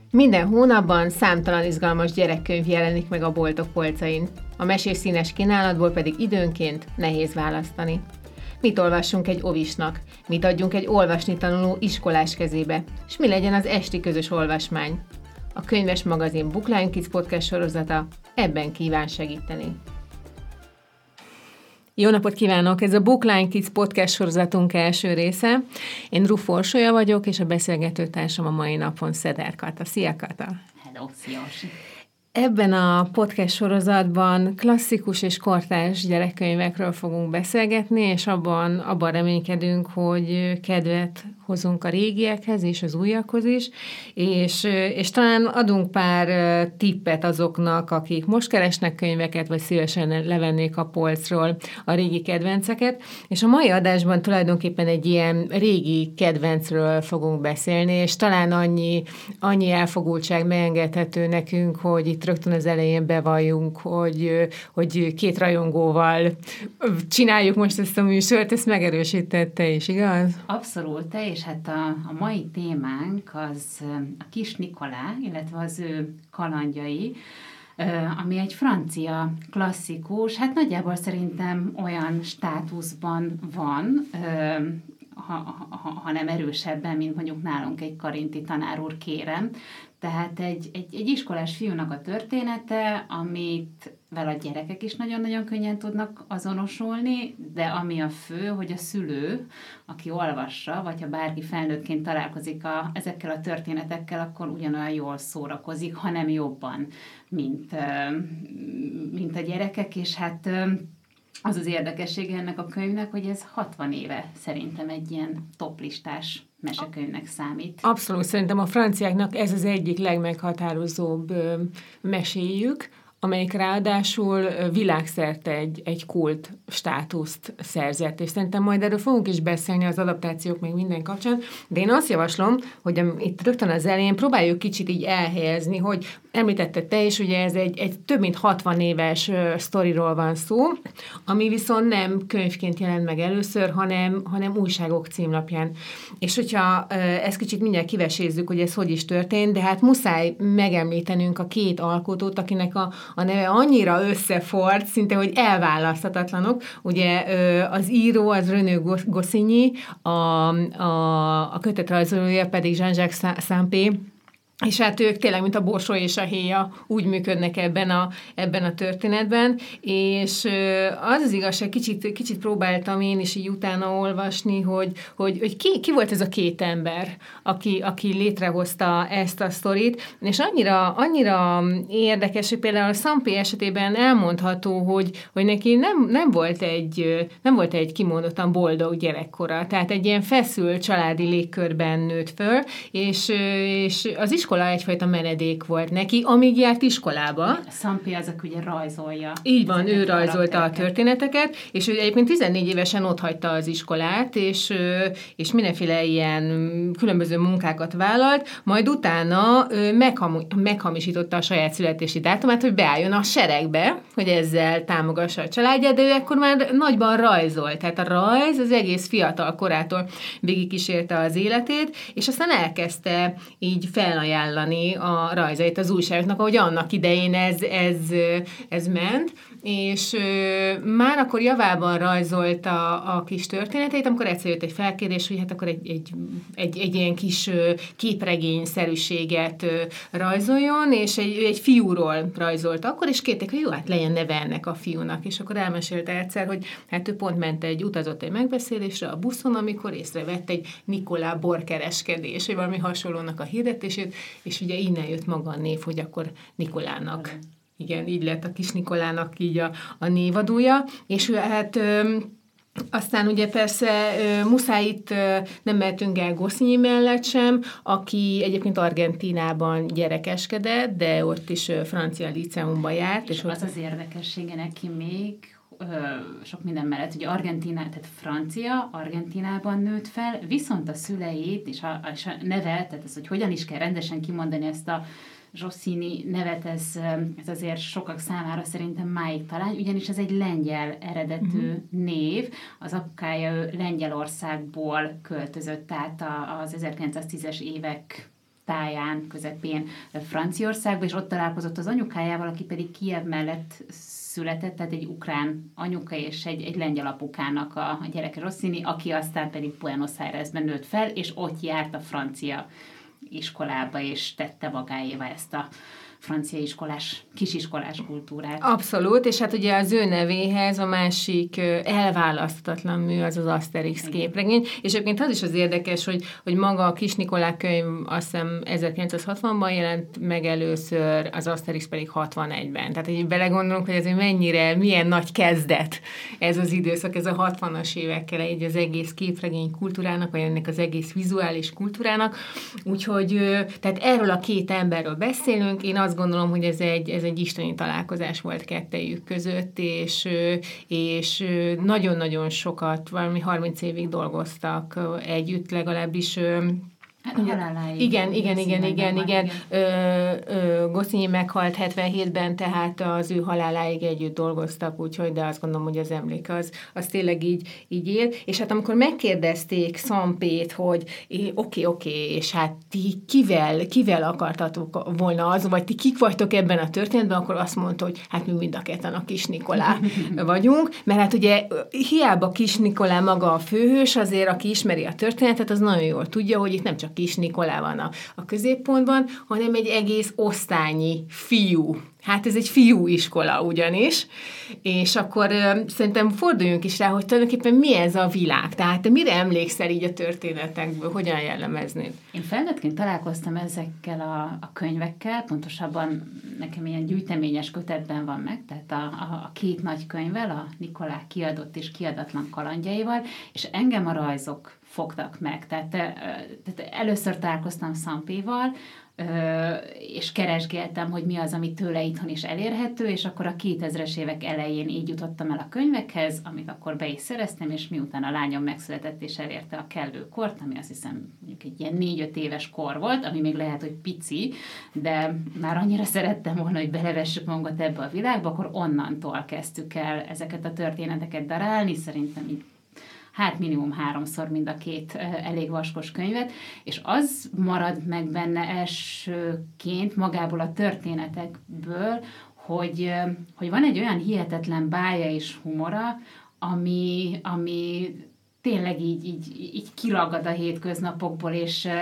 Minden hónapban számtalan izgalmas gyerekkönyv jelenik meg a boltok polcain, a mesés színes kínálatból pedig időnként nehéz választani. Mit olvassunk egy ovisnak, mit adjunk egy olvasni tanuló iskolás kezébe, és mi legyen az esti közös olvasmány? A Könyves Magazin Bookline Kids podcast sorozata ebben kíván segíteni. Jó napot kívánok! Ez a Bookline Kids podcast sorozatunk első része. Én Ruf Orsolya vagyok, és a beszélgetőtársam a mai napon Szeder Kata. Szia, Kata! Hello, szia! Ebben a podcast sorozatban klasszikus és kortárs gyerekkönyvekről fogunk beszélgetni, és abban reménykedünk, hogy kedvet hozunk a régiekhez és az újakhoz is, és talán adunk pár tippet azoknak, akik most keresnek könyveket, vagy szívesen levennék a polcról a régi kedvenceket, és a mai adásban tulajdonképpen egy ilyen régi kedvencről fogunk beszélni, és talán annyi elfogultság megengedhető nekünk, hogy itt rögtön az elején bevalljunk, hogy két rajongóval csináljuk most ezt a műsort, ezt megerősítette is, igaz? Abszolút, és hát a mai témánk az a Kis Nikolá, illetve az ő kalandjai, ami egy francia klasszikus, hát nagyjából szerintem olyan státuszban van, ha nem erősebben, mint mondjuk nálunk egy karinti tanár úr, kérem. Tehát egy iskolás fiúnak a története, amit vele a gyerekek is nagyon-nagyon könnyen tudnak azonosulni, de ami a fő, hogy a szülő, aki olvassa, vagy ha bárki felnőttként találkozik ezekkel a történetekkel, akkor ugyanolyan jól szórakozik, hanem jobban, mint a gyerekek, és hát az az érdekessége ennek a könyvnek, hogy ez 60 éve szerintem egy ilyen toplistás mesekönyvnek számít. Abszolút, szerintem a franciáknak ez az egyik legmeghatározóbb meséjük, amelyik ráadásul világszerte egy kult státuszt szerzett, és szerintem majd erről fogunk is beszélni az adaptációk még minden kapcsán, de én azt javaslom, hogy itt rögtön az elején próbáljuk kicsit így elhelyezni, hogy említetted te is, ugye ez egy több mint 60 éves sztoriról van szó, ami viszont nem könyvként jelent meg először, hanem újságok címlapján. És hogyha ezt kicsit mindjárt kivesézzük, hogy ez hogy is történt, de hát muszáj megemlítenünk a két alkotót, akinek a neve annyira összefort, szinte, hogy elválaszthatatlanok. Ugye az író, az René Goscinny, a kötetrajzolója pedig Jean-Jacques Sampé, és hát ők tényleg, mint a borsó és a héja, úgy működnek ebben a történetben, és az igazság, kicsit próbáltam én is így utána olvasni, hogy ki volt ez a két ember, aki létrehozta ezt a sztorit, és annyira érdekes, hogy például a Sampé esetében elmondható, hogy neki nem volt egy kimondottan boldog gyerekkora, tehát egy ilyen feszült családi légkörben nőtt föl, és az iskola egyfajta menedék volt neki, amíg járt iskolába. Sampé az, aki ugye rajzolja. Így van, ő rajzolta a történeteket, és ő egyébként 14 évesen otthagyta az iskolát, és mindenféle ilyen különböző munkákat vállalt, majd utána meghamisította a saját születési dátumát, hogy beálljon a seregbe, hogy ezzel támogassa a családját, de ő akkor már nagyban rajzolt. Tehát a rajz az egész fiatal korától végigkísérte az életét, és aztán elkezdte így felajánlani a rajzait az újságoknak, ahogy annak idején ez ment, és már akkor javában rajzolta a kis történeteit, amikor egyszer jött egy felkérés, hogy hát akkor egy ilyen kis képregényszerűséget rajzoljon, és egy fiúról rajzolt akkor, és kérték, hogy jó, hát legyen neve ennek a fiúnak, és akkor elmesélte egyszer, hogy hát ő pont utazott egy megbeszélésre a buszon, amikor észrevett egy Nikolá borkereskedés, vagy valami hasonlónak a hirdetését, és ugye innen jött maga a név, hogy akkor Nikolának. Igen, így lett a kis Nikolának így a névadója, és hát aztán ugye persze muszáj itt nem mehetünk el Goscinny mellett sem, aki egyébként Argentínában gyerekeskedett, de ott is francia liceumba járt. És az érdekessége neki még, sok minden mellett, ugye tehát francia, Argentínában nőtt fel, viszont a szüleit és a neve, tehát ez, hogy hogyan is kell rendesen kimondani ezt a Goscinny nevet, ez azért sokak számára szerintem máig talán, ugyanis ez egy lengyel eredetű név, az apukája Lengyelországból költözött át az 1910-es évek táján, közepén Franciaországban, és ott találkozott az anyukájával, aki pedig Kijev mellett született, tehát egy ukrán anyuka és egy lengyel apukának a gyereke Rossini, aki aztán pedig Buenos Airesben nőtt fel, és ott járt a francia iskolába, és tette magáévá ezt a francia kisiskolás kultúrát. Abszolút, és hát ugye az ő nevéhez a másik elválaszthatatlan mű az Asterix képregény, és egyébként az is az érdekes, hogy maga a Kis Nikolá könyv azt hiszem 1960-ban jelent meg először, az Asterix pedig 61-ben. Tehát így belegondolunk, hogy ez milyen nagy kezdet ez az időszak, ez a 60-as évekkel egy az egész képregény kultúrának, vagy ennek az egész vizuális kultúrának. Úgyhogy tehát erről a két emberről beszélünk, én azt gondolom, hogy ez egy isteni találkozás volt kettejük között, és nagyon-nagyon sokat, valami 30 évig dolgoztak együtt, legalábbis. Igen. Goscinny meghalt 77-ben, hogy az ő haláláig együtt dolgoztak, úgyhogy, de azt gondolom, hogy az emlék az tényleg így él. És hát amikor megkérdezték Szampét, hogy oké, és hát ti kivel akartatok volna vagy ti kik vagytok ebben a történetben, akkor azt mondta, hogy hát mi mind a ketten a Kis Nikolá vagyunk, mert hát ugye hiába Kis Nikolá maga a főhős, azért aki ismeri a történetet, az nagyon jól tudja, hogy itt nem csak Kis Nikolá van a középpontban, hanem egy egész osztálynyi fiú. Hát ez egy fiúiskola ugyanis, és akkor szerintem forduljunk is rá, hogy tulajdonképpen mi ez a világ, tehát te mire emlékszel így a történetekből, hogyan jellemeznéd? Én felnőttként találkoztam ezekkel a könyvekkel, pontosabban nekem ilyen gyűjteményes kötetben van meg, tehát a két nagy könyvvel, a Nikolá kiadott és kiadatlan kalandjaival, és engem a rajzok fogtak meg. Tehát először találkoztam Szampéval, és keresgéltem, hogy mi az, ami tőle itthon is elérhető, és akkor a 2000-es évek elején így jutottam el a könyvekhez, amit akkor be is szereztem, és miután a lányom megszületett és elérte a kellő kort, ami azt hiszem mondjuk egy ilyen 4-5 éves kor volt, ami még lehet, hogy pici, de már annyira szerettem volna, hogy belevessük magunkat ebbe a világba, akkor onnantól kezdtük el ezeket a történeteket darálni, szerintem így minimum 3-szor mind a két elég vaskos könyvet, és az marad meg benne elsőként magából a történetekből, hogy van egy olyan hihetetlen bája és humora, ami tényleg így kiragad a hétköznapokból,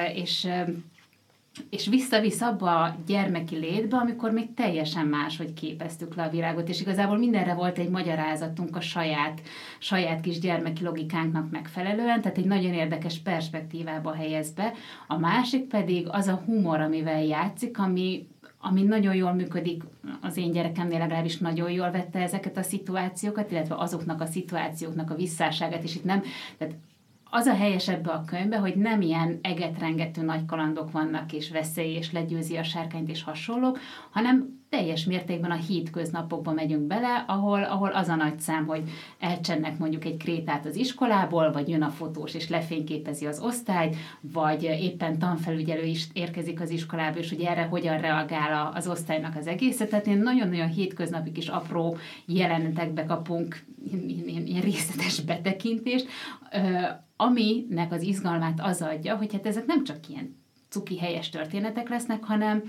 és visszavisz abba a gyermeki létbe, amikor még teljesen máshogy képeztük le a világot, és igazából mindenre volt egy magyarázatunk a saját kis gyermeki logikánknak megfelelően, tehát egy nagyon érdekes perspektívába helyez be. A másik pedig az a humor, amivel játszik, ami nagyon jól működik, az én gyerekemnél legalábbis nagyon jól vette ezeket a szituációkat, illetve azoknak a szituációknak a visszáságát, és itt nem, tehát az a helyes ebbe a könyvbe, hogy nem ilyen egetrengető nagy kalandok vannak, és veszély, és legyőzi a sárkányt, és hasonlók, hanem teljes mértékben a hétköznapokba megyünk bele, ahol az a nagy szám, hogy elcsennek mondjuk egy krétát az iskolából, vagy jön a fotós, és lefényképezi az osztályt, vagy éppen tanfelügyelő is érkezik az iskolába, és hogy erre hogyan reagál az osztálynak az egészet. Tehát ilyen nagyon-nagyon hétköznapi kis apró jelenetekbe kapunk ilyen részletes betekintést, aminek az izgalmát az adja, hogy hát ezek nem csak ilyen cuki helyes történetek lesznek,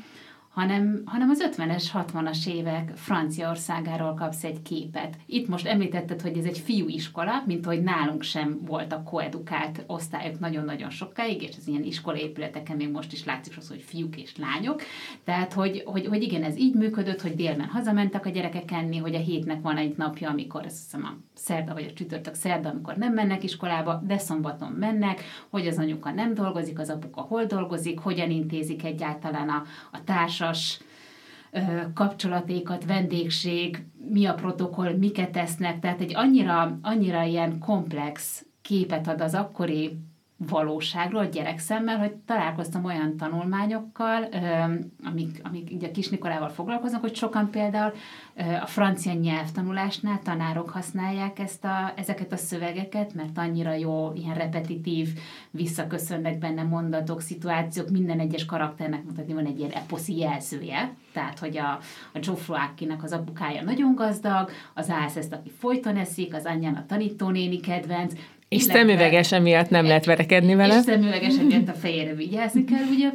hanem az 50-es, 60-as évek Franciaországáról kapsz egy képet. Itt most említetted, hogy ez egy fiúiskola, mint hogy nálunk sem voltak koedukált osztályok nagyon-nagyon sokáig, és az ilyen iskolaépületeken még most is látszik, hogy fiúk és lányok. Tehát, hogy igen, ez így működött, hogy délben hazamentek a gyerekek enni, hogy a hétnek van egy napja, amikor azt hiszem a szerda vagy a csütörtök szerda, amikor nem mennek iskolába, de szombaton mennek, hogy az anyuka nem dolgozik, az apuka hol dolgozik, hogyan intézik egyáltalán a társas kapcsolatékat, vendégség, mi a protokoll, miket tesznek, tehát egy annyira ilyen komplex képet ad az akkori valóságról gyerekszemmel, hogy találkoztam olyan tanulmányokkal, amik így a Kis Nikolával foglalkoznak, hogy sokan például a francia nyelvtanulásnál tanárok használják ezeket a szövegeket, mert annyira jó, ilyen repetitív, visszaköszönnek benne mondatok, szituációk, minden egyes karakternek mutatni van egy ilyen eposzi jelzője, tehát, hogy a Geoffroy Akinek az apukája nagyon gazdag, az Alceste, aki folyton eszik, az anyján a tanítónéni kedvenc, és szemüveges emiatt nem lehet verekedni vele. És szemüveges emiatt a fejére vigyázni kell, ugye?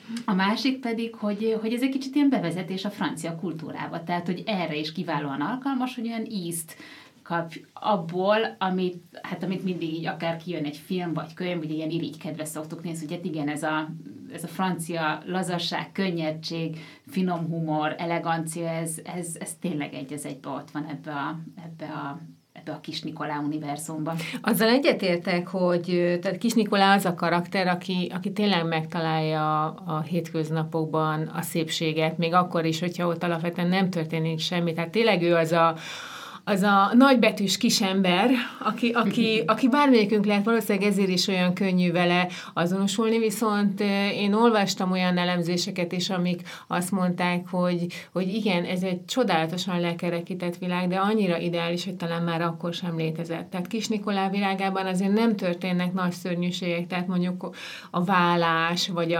A másik pedig, hogy ez egy kicsit ilyen bevezetés a francia kultúrába, tehát, hogy erre is kiválóan alkalmas, hogy olyan ízt kap abból, amit mindig így akár kijön egy film vagy könyv, ugye ilyen irigykedve szoktuk nézni, hogy hát igen, ez a francia lazasság, könnyedség, finom humor, elegancia, ez tényleg egy az egybe ott van ebbe a Kis Nikolá univerzumban. Azzal egyetértek, hogy tehát Kis Nikolá az a karakter, aki tényleg megtalálja a hétköznapokban a szépséget, még akkor is, hogyha ott alapvetően nem történik semmi. Tehát tényleg ő az a nagybetűs kisember, aki bármelyikünk lehet, valószínűleg ezért is olyan könnyű vele azonosulni, viszont én olvastam olyan elemzéseket is, amik azt mondták, hogy igen, ez egy csodálatosan lekerekített világ, de annyira ideális, hogy talán már akkor sem létezett. Tehát Kis Nikolá világában azért nem történnek nagy szörnyűségek, tehát mondjuk a vállás, vagy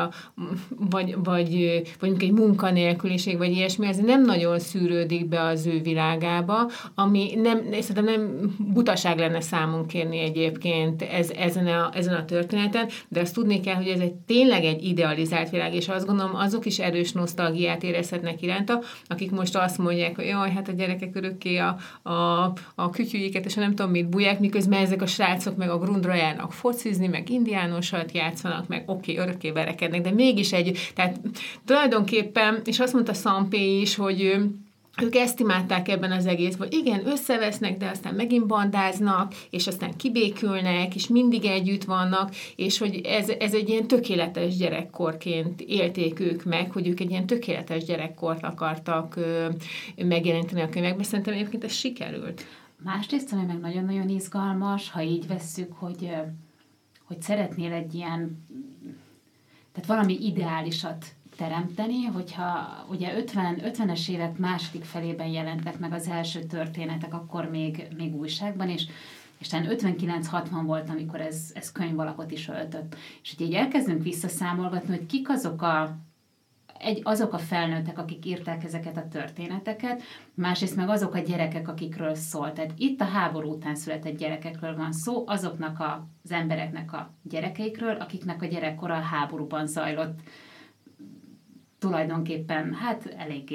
mondjuk egy munkanélküliség, vagy ilyesmi, ez nem nagyon szűrődik be az ő világába, ami szerintem nem butaság lenne számon kérni egyébként ezen a történeten, de azt tudni kell, hogy ez tényleg egy idealizált világ, és azt gondolom, azok is erős nosztalgiát érezhetnek iránta, akik most azt mondják, hogy jaj, hát a gyerekek örökké a kütyüjéket, és nem tudom mit bújják, miközben ezek a srácok meg a grundra járnak focizni, meg indiánosat játszanak, meg örökké verekednek, de mégis tehát tulajdonképpen, és azt mondta Szampé is, hogy ők ezt imádták ebben az egészben, hogy igen, összevesznek, de aztán megint bandáznak, és aztán kibékülnek, és mindig együtt vannak, és hogy ez egy ilyen tökéletes gyerekkorként élték ők meg, hogy ők egy ilyen tökéletes gyerekkort akartak megjelenteni a könyvekben. Szerintem egyébként ez sikerült. Másrészt, ami meg nagyon-nagyon izgalmas, ha így vesszük, hogy szeretnél egy ilyen, tehát valami ideálisat teremteni, hogyha ugye 50-es évek második felében jelentek meg az első történetek, akkor még újságban, és talán 59-60 volt, amikor ez könyv alakot is öltött. És hogy így elkezdünk visszaszámolgatni, hogy kik azok a felnőttek, akik írták ezeket a történeteket, másrészt meg azok a gyerekek, akikről szól. Tehát itt a háború után született gyerekekről van szó, azoknak az embereknek a gyerekeikről, akiknek a gyerekkora a háborúban zajlott, tulajdonképpen hát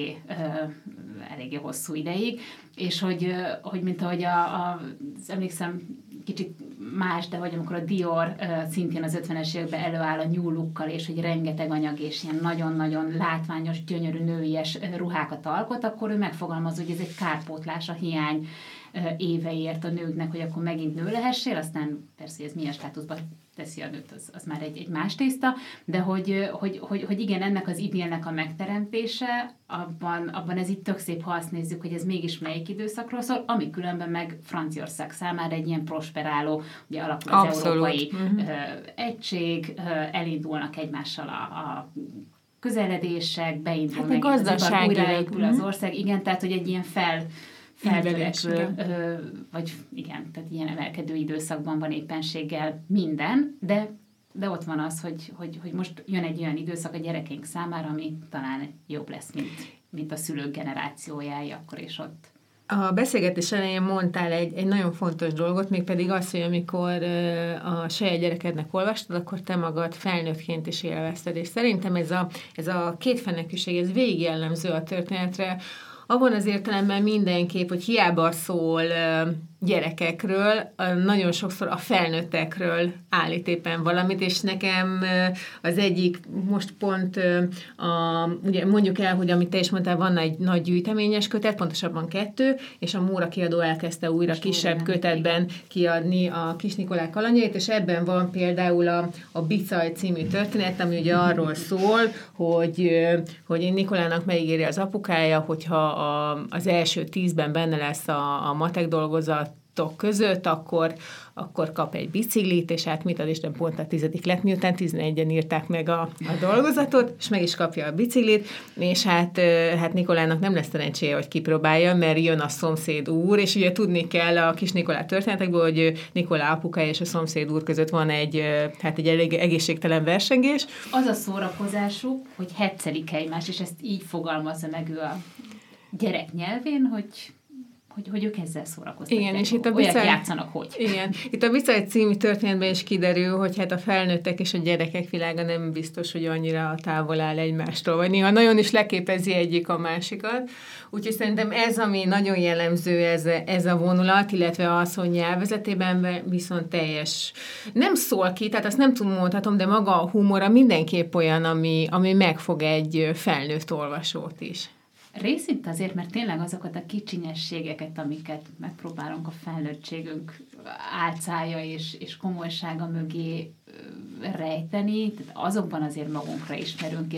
eléggé hosszú ideig, és hogy mint ahogy emlékszem, kicsit más, de hogy amikor a Dior szintén az 50-es években előáll a New Look-kal, és hogy rengeteg anyag és ilyen nagyon-nagyon látványos, gyönyörű nőies ruhákat alkot, akkor ő megfogalmaz, hogy ez egy kárpótlás a hiány éveért a nőknek, hogy akkor megint nő lehessél, aztán persze, hogy ez milyen státuszban teszi a nőt, az már egy más tészta, de hogy igen, ennek az idélnek a megteremtése, abban ez itt tök szép, ha azt nézzük, hogy ez mégis melyik időszakról szól, ami különben meg Franciaország számára egy ilyen prosperáló, ugye alakul az abszolút. Európai egység, elindulnak egymással a közeledések, beindul meg az ipar, újraépül az ország, igen, tehát hogy egy ilyen feltörekvő, vagy igen, tehát ilyen emelkedő időszakban van éppenséggel minden, de ott van az, hogy most jön egy olyan időszak a gyerekeink számára, ami talán jobb lesz, mint a szülők generációjái akkor és ott. A beszélgetés elején mondtál egy nagyon fontos dolgot, mégpedig az, hogy amikor a saját gyerekednek olvastad, akkor te magad felnőttként is élvezted, és szerintem ez a kétfenekűség, ez végig jellemző a történetre, abban az értelemben mindenképp, hogy hiába szól gyerekekről, nagyon sokszor a felnőttekről állít éppen valamit, és nekem az egyik, most pont ugye mondjuk el, hogy amit te is mondtál, van egy nagy gyűjteményes kötet, pontosabban 2, és a Móra kiadó elkezdte újra kisebb kötetben kiadni a Kis Nikolá kalandjait, és ebben van például a Bicaj című történet, ami ugye arról szól, hogy Nikolának megígéri az apukája, hogyha az első 10-ben benne lesz a matek dolgozat között, akkor kap egy biciklit, és hát mit ad Isten, pont a 10. lett, miután 11-en írták meg a dolgozatot, és meg is kapja a biciklit, és hát Nikolának nem lesz szerencséje, hogy kipróbálja, mert jön a szomszéd úr, és ugye tudni kell a Kis Nikolá történetekből, hogy Nikolá apukája és a szomszéd úr között van egy elég egészségtelen versengés. Az a szórakozásuk, hogy hetszelik egymást, és ezt így fogalmazza meg ő a gyerek nyelvén, hogy hogy ők ezzel szórakoztatják. Igen, és itt olyat játszanak, hogy. Igen. Itt a Bicaj című történetben is kiderül, hogy hát a felnőttek és a gyerekek világa nem biztos, hogy annyira távol áll egymástól, vagy néha nagyon is leképezi egyik a másikat. Úgyhogy szerintem ez, ami nagyon jellemző, ez a vonulat, illetve az, hogy nyelvezetében viszont teljes. Nem szól ki, tehát azt nem tudom mondhatom, de maga a humora mindenképp olyan, ami megfog egy felnőtt olvasót is. Részint azért, mert tényleg azokat a kicsinyességeket, amiket megpróbálunk a felnőttségünk álcája és komolysága mögé rejteni, tehát azokban azért magunkra ismerünk,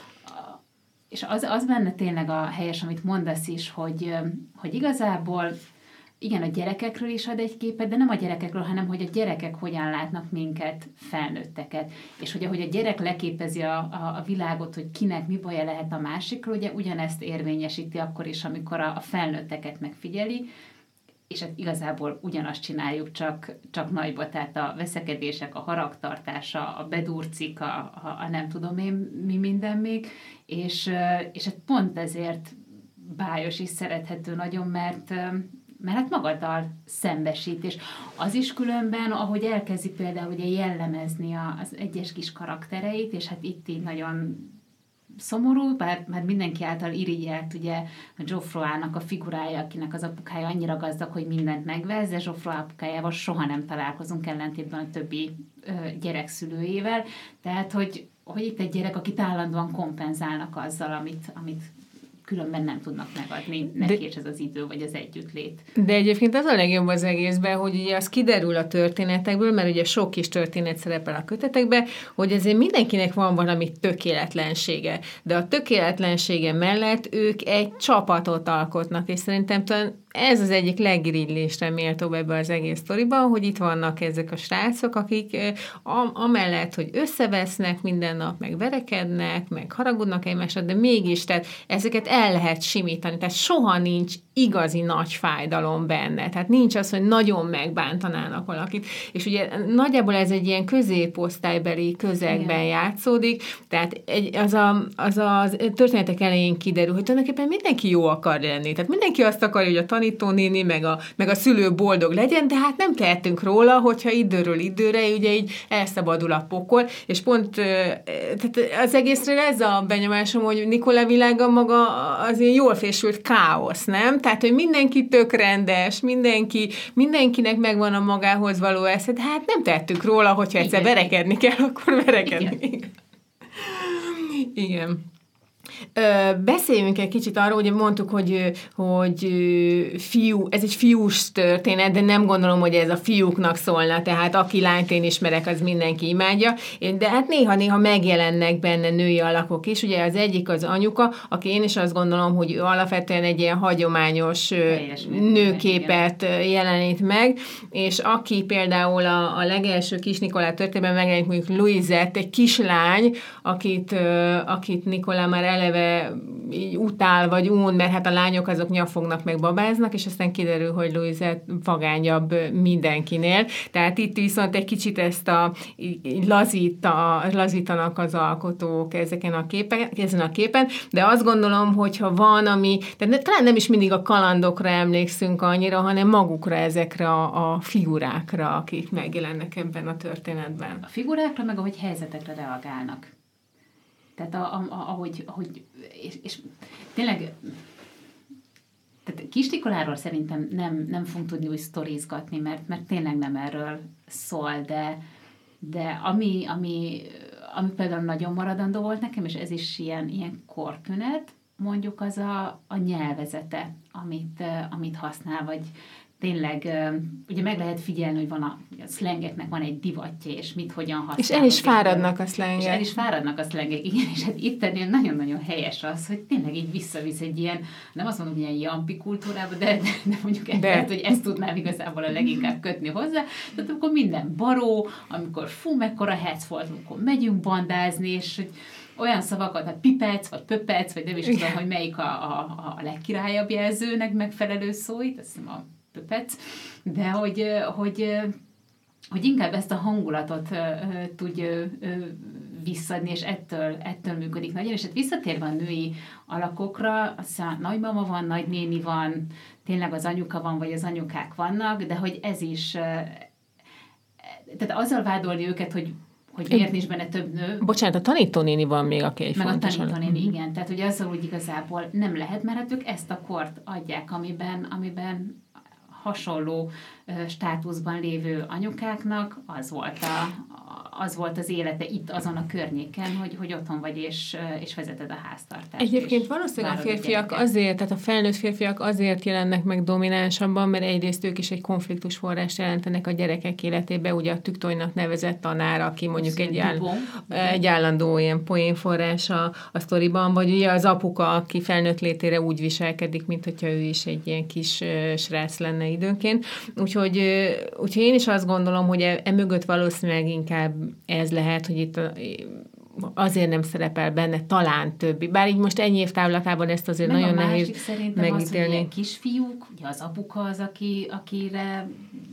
és az benne tényleg a helyes, amit mondasz is, hogy igazából igen, a gyerekekről is ad egy képet, de nem a gyerekekről, hanem hogy a gyerekek hogyan látnak minket, felnőtteket. És hogy ahogy a gyerek leképezi a világot, hogy kinek mi baja lehet a másikról, ugye ugyanezt érvényesíti akkor is, amikor a felnőtteket megfigyeli, és hát igazából ugyanazt csináljuk, csak nagyba, tehát a veszekedések, a haragtartása, a bedurcik, a nem tudom én mi minden még, és hát pont ezért bájos is szerethető nagyon, mert hát magaddal szembesít, és az is különben, ahogy elkezdi például ugye jellemezni az egyes kis karaktereit, és hát itt így nagyon szomorú, bár mindenki által irigyelt ugye a Geoffroy-nak a figurája, akinek az apukája annyira gazdag, hogy mindent megvesz, de Geoffroy apukájával soha nem találkozunk, ellentétben a többi gyerekszülőjével. Tehát, hogy itt egy gyerek, akit állandóan kompenzálnak azzal, amit különben nem tudnak megadni neki, és ez az idő, vagy az együttlét. De egyébként az a legjobb az egészben, hogy ugye az kiderül a történetekből, mert ugye sok kis történet szerepel a kötetekben, hogy ezért mindenkinek van valami tökéletlensége. De a tökéletlensége mellett ők egy csapatot alkotnak, és szerintem talán ez az egyik legirigylésre méltóbb ebben az egész sztoriban, hogy itt vannak ezek a srácok, akik amellett, hogy összevesznek minden nap, meg verekednek, meg haragudnak egymásra, de mégis, tehát ezeket el lehet simítani, tehát soha nincs igazi nagy fájdalom benne. Tehát nincs az, hogy nagyon megbántanának valakit. És ugye nagyjából ez egy ilyen középosztálybeli közegben játszódik, tehát az a történetek elején kiderül, hogy tulajdonképpen mindenki jó akar lenni. Tehát mindenki azt akarja, hogy a tanítónéni, meg a szülő boldog legyen, de hát nem tehetünk róla, hogyha időről időre ugye így elszabadul a pokol, és pont tehát az egészről ez a benyomásom, hogy Nicola világa maga az ilyen jól fésült káosz, nem? Tehát, hogy mindenki tök rendes, mindenkinek megvan a magához való esze, de hát nem tehetünk róla, hogyha egyszer verekedni kell, akkor verekedni. Igen. Beszéljünk egy kicsit arról, hogy mondtuk, hogy ez egy fiús történet, de nem gondolom, hogy ez a fiúknak szólna, tehát aki lányt én ismerek, az mindenki imádja, de hát néha megjelennek benne női alakok is, ugye az egyik az anyuka, aki én is azt gondolom, hogy ő alapvetően egy ilyen hagyományos nőképet jelenít meg, és aki például a legelső Kis Nikolá történetben megjelenik mondjuk Louisette, egy kislány, akit Nikolá már eleve így utál vagy un, mert hát a lányok azok nyafognak meg babáznak, és aztán kiderül, hogy Louisette vagányabb mindenkinél. Tehát itt viszont egy kicsit ezt lazítanak az alkotók ezen a képen, de azt gondolom, hogyha van, tehát talán nem is mindig a kalandokra emlékszünk annyira, hanem magukra, ezekre a figurákra, akik megjelennek ebben a történetben. A figurákra, meg ahogy helyzetekre reagálnak. Tehát ahogy és tényleg tehát Kis Nikoláról szerintem nem fogunk tudni úgy sztorizgatni, mert tényleg nem erről szól, de ami például nagyon maradandó volt nekem, és ez is ilyen kortünet, mondjuk az a nyelvezete, amit használ, vagy tényleg, ugye meg lehet figyelni, hogy van a szlengeknek van egy divatja, és hogyan használnak. És el is fáradnak a szlengek. És el is fáradnak a szlengek, igen, és hát itt ennél nagyon-nagyon helyes az, hogy tényleg így visszavisz egy ilyen, nem azt mondom, hogy ilyen jampi kultúrába, de mondjuk lehet, hogy ezt tudnám igazából a leginkább kötni hozzá. Tehát amikor minden baró, amikor mekkora hetz volt, amikor megyünk bandázni, és hogy olyan szavakat, hát pipec, vagy pöpec, vagy nem is tudom, hogy melyik a legkirályabb jelzőnek megfelelő szó, itt azt hiszem a pöpec, de hogy inkább ezt a hangulatot tudja visszadni, és ettől működik nagyon. És hát visszatérve a női alakokra, aztán nagymama van, nagynéni van, tényleg az anyuka van, vagy az anyukák vannak, de hogy ez is, tehát azzal vádolni őket, hogy miért nincs benne több nő. Bocsánat, a tanítónéni van még, aki egy meg fontos. Meg a tanítónéni, igen. Tehát, hogy azzal úgy igazából nem lehet, mert hát ők ezt a kort adják, amiben hasonló státuszban lévő anyukáknak az volt az élete itt azon a környéken, hogy otthon vagy és vezeted a háztartást. Egyébként valószínűleg a férfiak azért, tehát a felnőtt férfiak azért jelennek meg dominánsabban, mert egyrészt ők is egy konfliktusforrást jelentenek a gyerekek életébe, ugye a tüktojnak nevezett tanár, aki mondjuk egy állandó ilyen poénforrás a sztoriban, vagy ugye az apuka, aki felnőtt létére úgy viselkedik, mint hogyha ő is egy ilyen kis srác lenne időnként. Úgyhogy én is azt gondolom, hogy emögött valószínűleg inkább ez lehet, hogy itt azért nem szerepel benne talán többi. Bár így most ennyi év távlatában ezt azért meg nagyon nehéz megítélni. Szerintem az, hogy ilyen kisfiúk, ugye az apuka az, akire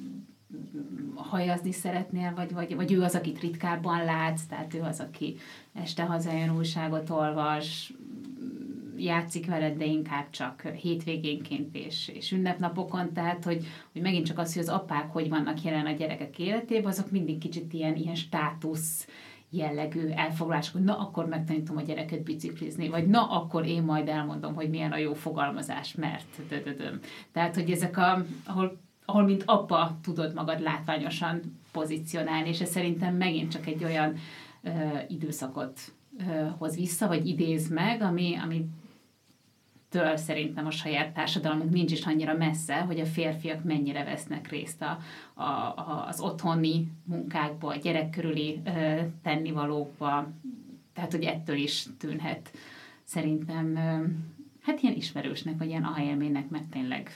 hajazni szeretnél, vagy ő az, akit ritkábban látsz, tehát ő az, aki este hazajön, újságot olvas, játszik veled, de inkább csak hétvégénként és ünnepnapokon, tehát, hogy megint csak az, hogy az apák hogy vannak jelen a gyerekek életében, azok mindig kicsit ilyen státusz jellegű elfoglalások, hogy na, akkor megtanítom a gyereket biciklizni, vagy na, akkor én majd elmondom, hogy milyen a jó fogalmazás, mert tehát, hogy ezek ahol mint apa tudod magad látványosan pozícionálni, és ez szerintem megint csak egy olyan időszakot hoz vissza, vagy idéz meg, ami től szerintem a saját társadalmunk nincs is annyira messze, hogy a férfiak mennyire vesznek részt az otthoni munkákba, a gyerek körüli tennivalókba, tehát hogy ettől is tűnhet szerintem hát ilyen ismerősnek, vagy ilyen aha élménynek, mert tényleg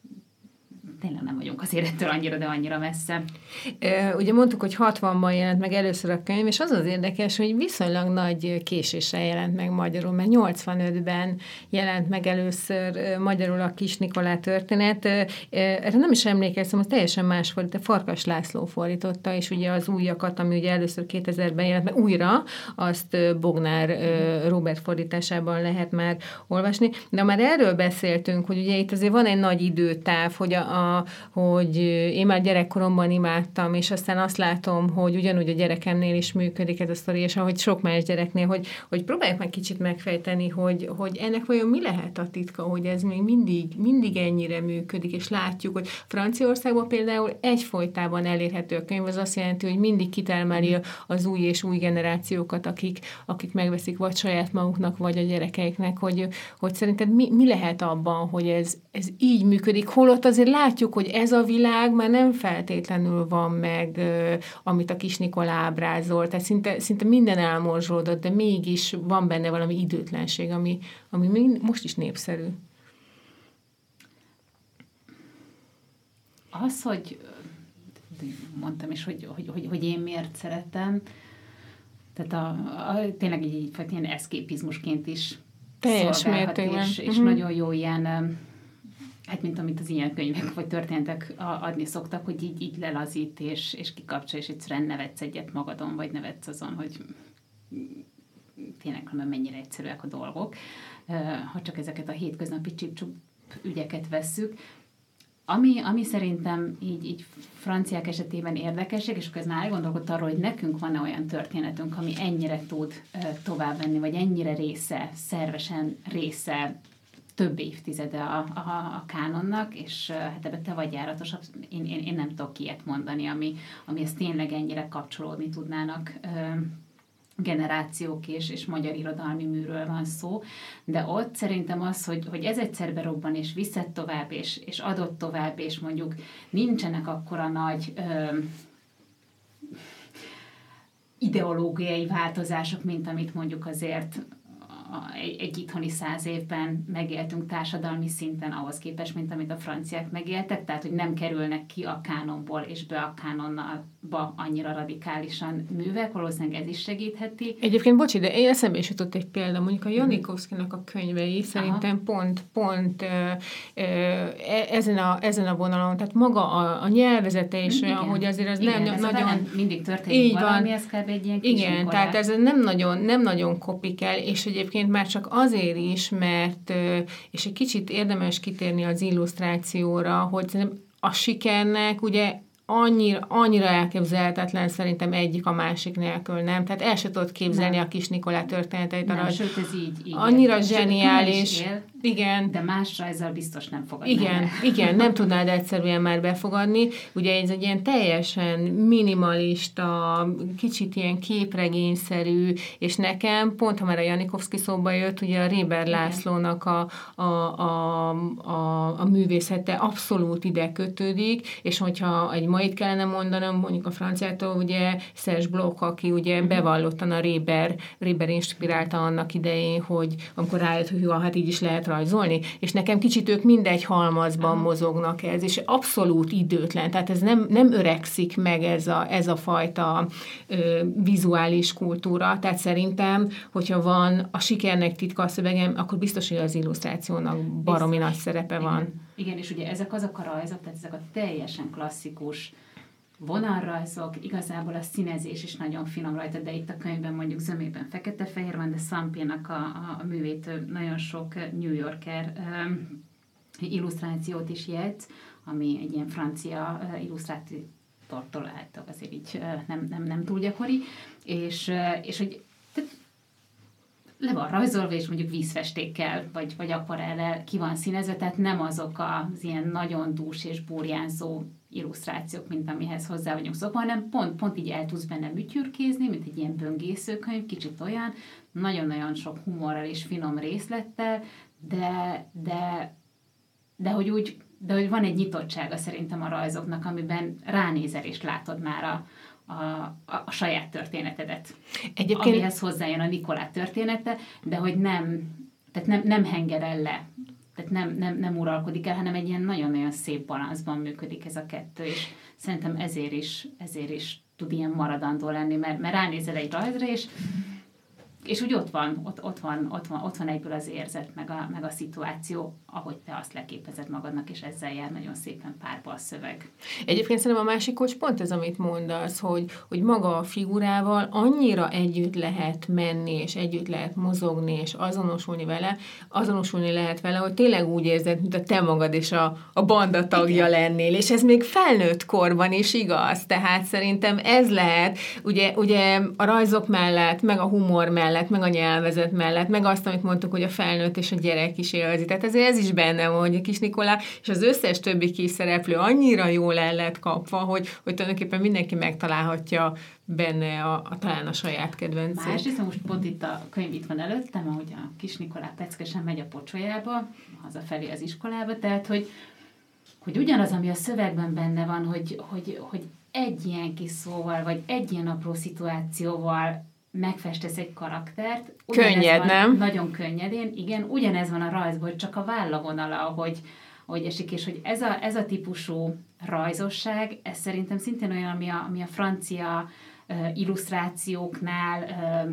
nem vagyunk azért ettől annyira, de annyira messze. Ugye mondtuk, hogy 60-ban jelent meg először a könyv, és az érdekes, hogy viszonylag nagy késéssel jelent meg magyarul, mert 85-ben jelent meg először magyarul a Kis Nikolá történet. Erre nem is emlékeztem, az teljesen más volt, de Farkas László fordította, és ugye az újakat, ami ugye először 2000-ben jelent meg újra, azt Bognár Róbert fordításában lehet már olvasni. De már erről beszéltünk, hogy ugye itt azért van egy nagy időtáv, hogy én már gyerekkoromban imádtam, és aztán azt látom, hogy ugyanúgy a gyerekemnél is működik ez a sztori, és ahogy sok más gyereknél, hogy próbáljuk meg kicsit megfejteni, hogy ennek vajon mi lehet a titka, hogy ez még mindig ennyire működik, és látjuk, hogy Franciaországban például egyfolytában elérhető a könyv, az azt jelenti, hogy mindig kitermeli az új és új generációkat, akik megveszik vagy saját maguknak, vagy a gyerekeiknek, hogy szerinted mi lehet abban, hogy ez így működik, holott azért látjuk, hogy ez a világ már nem feltétlenül van meg, amit a Kis Nikolá ábrázol, tehát szinte minden elmorzsolódott, de mégis van benne valami időtlenség, ami most is népszerű. Az, hogy mondtam is, hogy én miért szeretem, tehát tényleg így ilyen eszképizmusként is teljes mértékben. És nagyon jó ilyen hát mint amit az ilyen könyvek vagy történetek adni szoktak, hogy így lelazít, és kikapcsol, és egyszerűen nevetsz egyet magadon, vagy nevetsz azon, hogy tényleg mennyire egyszerűek a dolgok, ha csak ezeket a hétköznapi csip-csup ügyeket vesszük. Ami szerintem így franciák esetében érdekesek, és közben elgondolkodt arról, hogy nekünk van-e olyan történetünk, ami ennyire tud továbbvenni, vagy ennyire szervesen része több évtizede a kánonnak, és hát ebben te vagy járatosabb, én nem tudok ilyet mondani, ami ezt tényleg ennyire kapcsolódni tudnának generációk és magyar irodalmi műről van szó, de ott szerintem az, hogy ez egyszer berobban, és viszed tovább, és adott tovább, és mondjuk nincsenek akkora nagy ideológiai változások, mint amit mondjuk azért egy itthoni 100 évben megéltünk társadalmi szinten ahhoz képest, mint amit a franciák megéltek, tehát hogy nem kerülnek ki a kánonból és be a kánonnal annyira radikálisan művek, valószínűleg ez is segítheti. Egyébként, bocsi, de én eszembe is jutott egy példa, mondjuk a Janikovszkinak a könyvei szerintem pont ezen a vonalon, tehát maga a nyelvezete is olyan, hogy azért az igen, nem nagyon... mindig történik valami, ez kb. Egy ilyen kis igen, tehát ez nem nagyon kopik el, és egyébként már csak azért is, mert, és egy kicsit érdemes kitérni az illusztrációra, hogy a sikernek ugye annyira elképzelhetetlen szerintem egyik a másik nélkül, nem? Tehát el se tudod képzelni a Kis Nikolá történeteit. Nem, sőt, ez így. Annyira zseniális. Igen. De más rajzzal biztos nem fogad Igen, nem tudnád egyszerűen már befogadni. Ugye ez egy ilyen teljesen minimalista, kicsit ilyen képregényszerű, és nekem, pont ha már a Janikovszki szóba jött, ugye a Réber Lászlónak a művészete abszolút ide kötődik, és hogyha egy mait kellene mondanom, mondjuk a franciától, ugye Serge Bloch, aki ugye bevallottan a Réber inspirálta annak idején, hogy amikor rájött, hogy hát így is lehet rajzolni, és nekem kicsit ők mindegy halmazban mozognak ez, és abszolút időtlen, tehát ez nem öregszik meg ez a fajta vizuális kultúra, tehát szerintem, hogyha van a sikernek titka a szövegem, akkor biztos, hogy az illusztrációnak baromi nagy szerepe van. Igen, és ugye ezek azok a rajzok, tehát ezek a teljesen klasszikus vonalrajzok, igazából a színezés is nagyon finom rajta, de itt a könyvben mondjuk zömében fekete-fehér van, de Sampénak a művét nagyon sok New Yorker illusztrációt is jegyz, ami egy ilyen francia illusztrátortól álltak azért így nem túl gyakori, és hogy le van rajzolva, és mondjuk vízfestékkel, vagy akvarellel ki van színezve, tehát nem azok az ilyen nagyon dús és burjánzó illusztrációk, mint amihez hozzá vagyunk szokva, hanem pont így el tudsz benne műtyürkézni, mint egy ilyen böngészőkönyv, kicsit olyan, nagyon-nagyon sok humorral és finom részlettel, de hogy van egy nyitottsága szerintem a rajzoknak, amiben ránézel és látod már a saját történetedet. Egyébként... amihez hozzájön a Nikolá története, de hogy nem hengerel le. Tehát nem uralkodik el, hanem egy ilyen nagyon-nagyon szép balanszban működik ez a kettő, és szerintem ezért is tud ilyen maradandó lenni, mert ránézel egy rajzra, és úgy ott van egyből az érzet, meg a szituáció, ahogy te azt leképezed magadnak, és ezzel jár nagyon szépen párba a szöveg. Egyébként szerintem a másik kulcs pont ez, amit mondasz, hogy maga a figurával annyira együtt lehet menni, és együtt lehet mozogni, és azonosulni lehet vele, hogy tényleg úgy érzed, mint a te magad és a banda tagja lennél, és ez még felnőtt korban is igaz, tehát szerintem ez lehet, ugye a rajzok mellett, meg a humor mellett, meg a nyelvezet mellett, meg azt, amit mondtuk, hogy a felnőtt és a gyerek is élvezi. Tehát ezért ez is benne van, hogy a Kis Nikolá és az összes többi kis szereplő annyira jól el lett kapva, hogy tulajdonképpen mindenki megtalálhatja benne talán a saját kedvencét. Másrészt, most pont itt a könyv itt van előttem, ahogy a Kis Nikolá peckesen megy a pocsolyába, hazafelé az iskolába, tehát, hogy ugyanaz, ami a szövegben benne van, hogy egy ilyen kis szóval, vagy egy ilyen apró szituációval megfestesz egy karaktert. Könnyed, nem? Nagyon könnyedén, igen. Ugyanez van a rajzból, csak a vállavonala, ahogy esik, és hogy ez a típusú rajzosság, ez szerintem szintén olyan, ami a francia illusztrációknál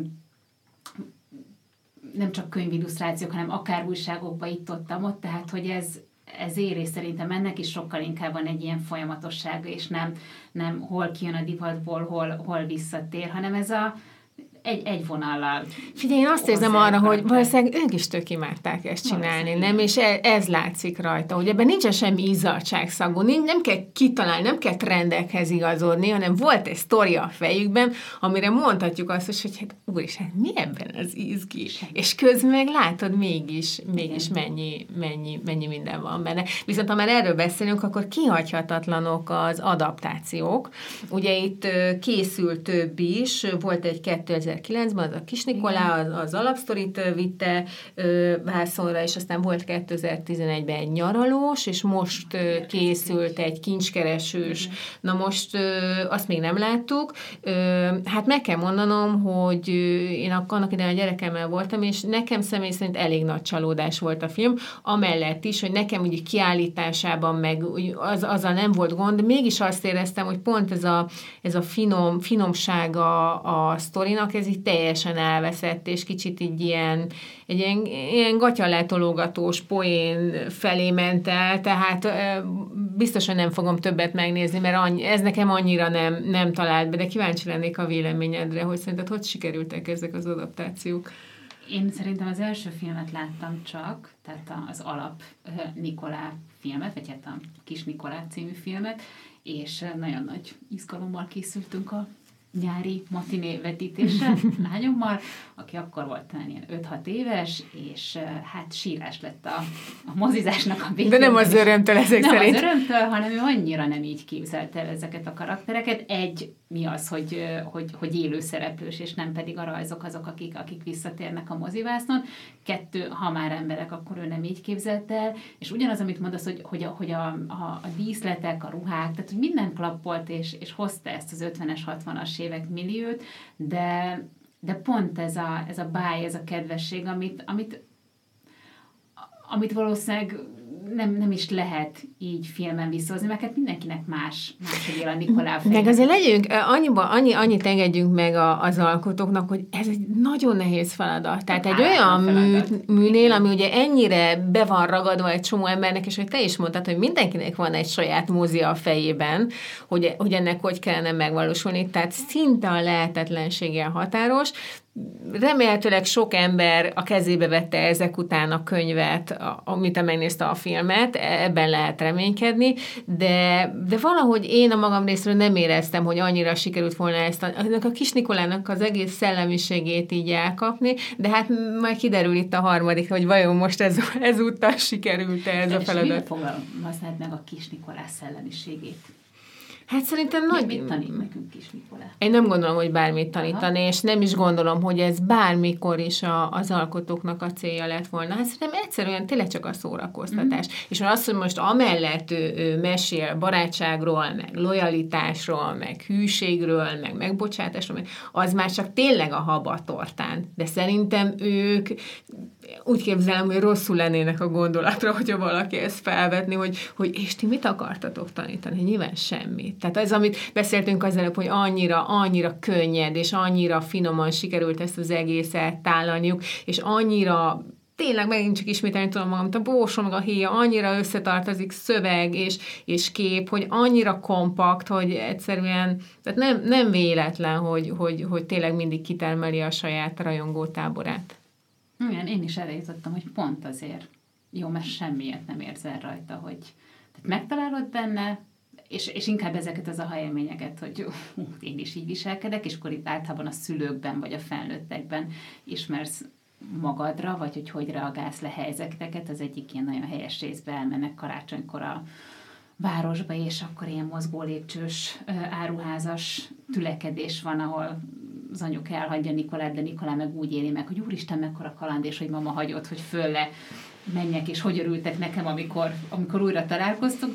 nem csak könyvillusztrációk, hanem akár újságokban itt-ott, tehát hogy ez ér, és szerintem ennek is sokkal inkább van egy ilyen folyamatossága, és nem hol kijön a divatból, hol visszatér, hanem ez egy vonallal. Figyelj, én azt érzem arra, hogy valószínűleg ők is tök imádták ezt csinálni, nem? És ez látszik rajta, hogy ebben nincsen semmi izzadságszagú, nem kell kitalálni, nem kell trendekhez igazodni, hanem volt egy sztori a fejükben, amire mondhatjuk azt, hogy hát úristen, mi ebben az izgi? És közben meg látod mégis mennyi minden van benne. Viszont ha már erről beszélünk, akkor kihagyhatatlanok az adaptációk. Ugye itt készült több is, volt egy 2000 2009-ben, az a Kis Nikolá az alapsztorit vitte vászonra, és aztán volt 2011-ben egy nyaralós, és most készült egy kincskeresős. Na most azt még nem láttuk. Hát meg kell mondanom, hogy én annak idején a gyerekemmel voltam, és nekem személy szerint elég nagy csalódás volt a film, amellett is, hogy nekem ugye kiállításában meg azzal nem volt gond, de mégis azt éreztem, hogy pont ez a finomsága a sztorinak, ez így teljesen elveszett, és kicsit így ilyen gatyalátologatós poén felé ment el, tehát biztosan nem fogom többet megnézni, mert ez nekem annyira nem talált be, de kíváncsi lennék a véleményedre, hogy szerinted hogy sikerültek ezek az adaptációk? Én szerintem az első filmet láttam csak, tehát az alap Nikolá filmet, vagy hát a Kis Nikolá című filmet, és nagyon nagy izgalommal készültünk a nyári matiné vetítésre lányommal, aki akkor volt talán ilyen 5-6 éves, és hát sírás lett a mozizásnak a végén. De nem az örömtől ezek nem szerint. Nem az örömtől, hanem ő annyira nem így képzelte el ezeket a karaktereket. Mi az, hogy élő szereplős, és nem pedig a rajzok azok, akik visszatérnek a mozivásznon. 2, ha már emberek, akkor ő nem így képzelte el. És ugyanaz, amit mondasz, hogy a díszletek, a ruhák, tehát hogy minden klappolt, és hozta ezt az 50-es, 60-as évek milliót, de pont ez a báj, ez a kedvesség, amit valószínűleg nem is lehet így filmen visszahozni, mert hát mindenkinek más hogy él a Nikolá fejében. Meg azért legyünk, annyit engedjünk meg az alkotóknak, hogy ez egy nagyon nehéz feladat. Tehát egy olyan műnél, ami ugye ennyire be van ragadva egy csomó embernek, és hogy te is mondtad, hogy mindenkinek van egy saját mózia a fejében, hogy ennek hogy kellene megvalósulni, tehát szinte a lehetetlenséggel határos. Remélhetőleg sok ember a kezébe vette ezek után a könyvet, amit megnézte a filmet, ebben lehet reménykedni, de valahogy én a magam részről nem éreztem, hogy annyira sikerült volna ennek a Kis Nikolának az egész szellemiségét így elkapni, de hát majd kiderül itt a harmadik, hogy vajon most ezúttal sikerült-e ez a feladat. És fogalmaznád meg a Kis Nikolás szellemiségét? Hát szerintem Mit tanít nekünk Kis Nikolá? Én nem gondolom, hogy bármit tanítani, és nem is gondolom, hogy ez bármikor is az alkotóknak a célja lett volna. Hát szerintem egyszerűen tényleg csak a szórakoztatás. És az, hogy most amellett ő mesél barátságról, meg lojalitásról, meg hűségről, meg megbocsátásról, az már csak tényleg a haba a tortán. De szerintem ők úgy képzelem, hogy rosszul lennének a gondolatra, hogyha valaki ezt felvetni, hogy és ti mit akartatok tanítani? Nyilván semmit. Tehát ez, amit beszéltünk az előbb, hogy annyira könnyed, és annyira finoman sikerült ezt az egészet tálalniuk, és annyira tényleg megint csak ismételni tudom magam, a bósom, meg a héja annyira összetartozik szöveg és kép, hogy annyira kompakt, hogy egyszerűen, tehát nem véletlen, hogy tényleg mindig kitermeli a saját rajongó táborát. Igen, én is erre jutottam, hogy pont azért jó, mert semmiért nem érzel rajta, hogy tehát megtalálod benne, és inkább ezeket az aha élményeket, hogy én is így viselkedek, és akkor itt általában a szülőkben vagy a felnőttekben ismersz magadra, vagy hogy reagálsz le helyzeteket. Az egyik ilyen nagyon helyes részbe elmennek karácsonykor a városba, és akkor ilyen mozgó lépcsős áruházas tülekedés van, ahol az anyuka elhagyja Nikolát, de Nikolá meg úgy éli meg, hogy úristen, mekkora kaland, és hogy mama hagyott, hogy fölle menjek, és hogy örültek nekem, amikor újra találkoztuk,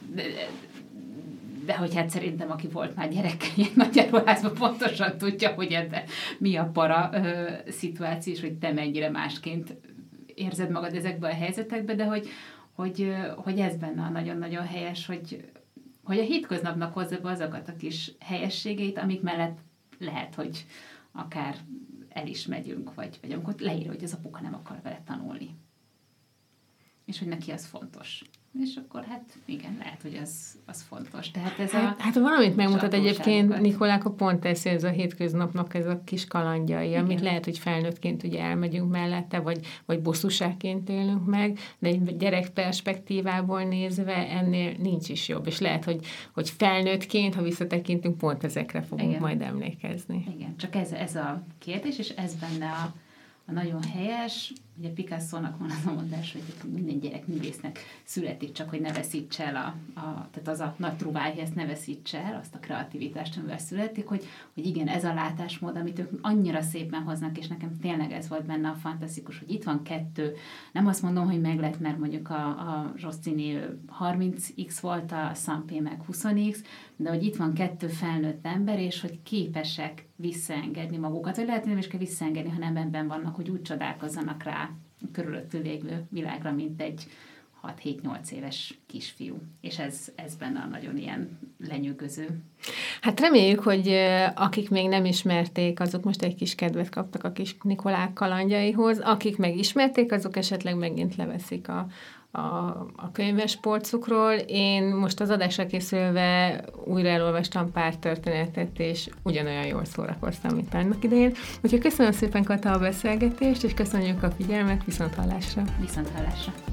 de hogy hát szerintem, aki volt már gyereke ilyen nagy áruházban, pontosan tudja, hogy ebben mi a para szituáció, és hogy te mennyire másként érzed magad ezekben a helyzetekben, de hogy ez benne a nagyon-nagyon helyes, hogy a hétköznapnak hozza be azokat a kis helyességeit, amik mellett lehet, hogy akár el is megyünk, vagy amikor leír, hogy az apuka nem akar vele tanulni. És hogy neki az fontos. És akkor hát igen, lehet, hogy az fontos. Tehát ez hát valamit megmutat egyébként Nikolák, a pont teszi, ez a hétköznapnak ez a kis kalandjai, igen, amit lehet, hogy felnőttként ugye elmegyünk mellette, vagy bosszúságként élünk meg, de egy gyerek perspektívából nézve ennél nincs is jobb. És lehet, hogy felnőttként, ha visszatekintünk, pont ezekre fogunk igen. majd emlékezni. Igen, csak ez a kérdés, és ez benne a nagyon helyes, Ugye Picasso-nak van az a mondás, hogy minden gyerek művésznek születik, csak hogy ne veszítse el tehát az a nagy truváj, ezt ne veszítse el, azt a kreativitást, amivel születik, hogy igen, ez a látásmód, amit ők annyira szépen hoznak, és nekem tényleg ez volt benne a fantasztikus, hogy itt van 2, nem azt mondom, hogy meg lett, mert mondjuk a Rossini 30x volt, a Sampé meg 20x, de hogy itt van 2 felnőtt ember, és hogy képesek visszaengedni magukat, vagy lehet, hogy nem is kell visszaengedni, hanem ebben vannak, hogy úgy csodálkozzanak rá a körülöttül lévő világra, mint egy 6-7-8 éves kisfiú. És ez benne nagyon ilyen lenyűgöző. Hát reméljük, hogy akik még nem ismerték, azok most egy kis kedvet kaptak a kis Nikolák kalandjaihoz, akik meg ismerték, azok esetleg megint leveszik a könyves polcukról. Én most az adásra készülve újra elolvastam pár történetet, és ugyanolyan jól szórakoztam, mint annak idején. Úgyhogy köszönöm szépen, Kata, a beszélgetést, és köszönjük a figyelmet, viszonthallásra! Viszonthallásra!